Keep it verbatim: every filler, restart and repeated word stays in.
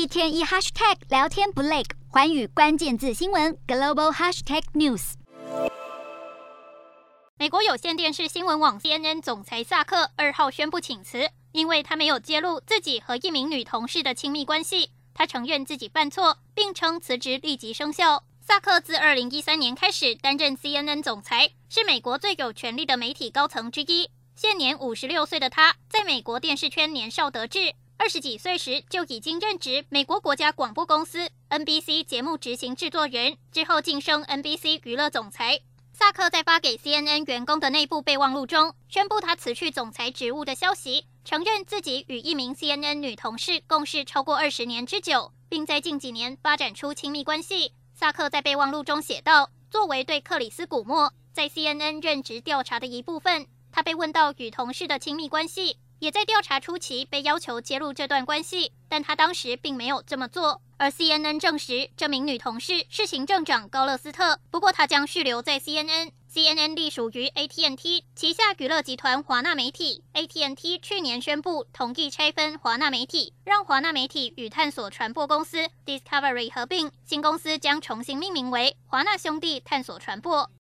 天一 hashtag 聊天不累，寰宇关键字新闻 global hashtag news。 美国有线电视新闻网 C N N 总裁萨克二号宣布请辞，因为他没有揭露自己和一名女同事的亲密关系。他承认自己犯错，并称辞职立即生效。萨克自二零一三年开始担任 C N N 总裁，是美国最有权力的媒体高层之一。现年五十六岁的他，在美国电视圈年少得志，二十几岁时就已经任职美国国家广播公司 N B C 节目执行制作人，之后晋升 N B C 娱乐总裁。萨克在发给 C N N 员工的内部备忘录中，宣布他辞去总裁职务的消息，承认自己与一名 C N N 女同事共事超过二十年之久，并在近几年发展出亲密关系。萨克在备忘录中写道，作为对克里斯·古默在 C N N 任职调查的一部分，他被问到与同事的亲密关系，也在调查初期被要求揭露这段关系，但他当时并没有这么做。而 C N N 证实，这名女同事是行政长高勒斯特，不过她将续留在 C N N。C N N 隶属于 A T and T 旗下娱乐集团华纳媒体。A T and T 去年宣布同意拆分华纳媒体，让华纳媒体与探索传播公司 Discovery 合并，新公司将重新命名为华纳兄弟探索传播。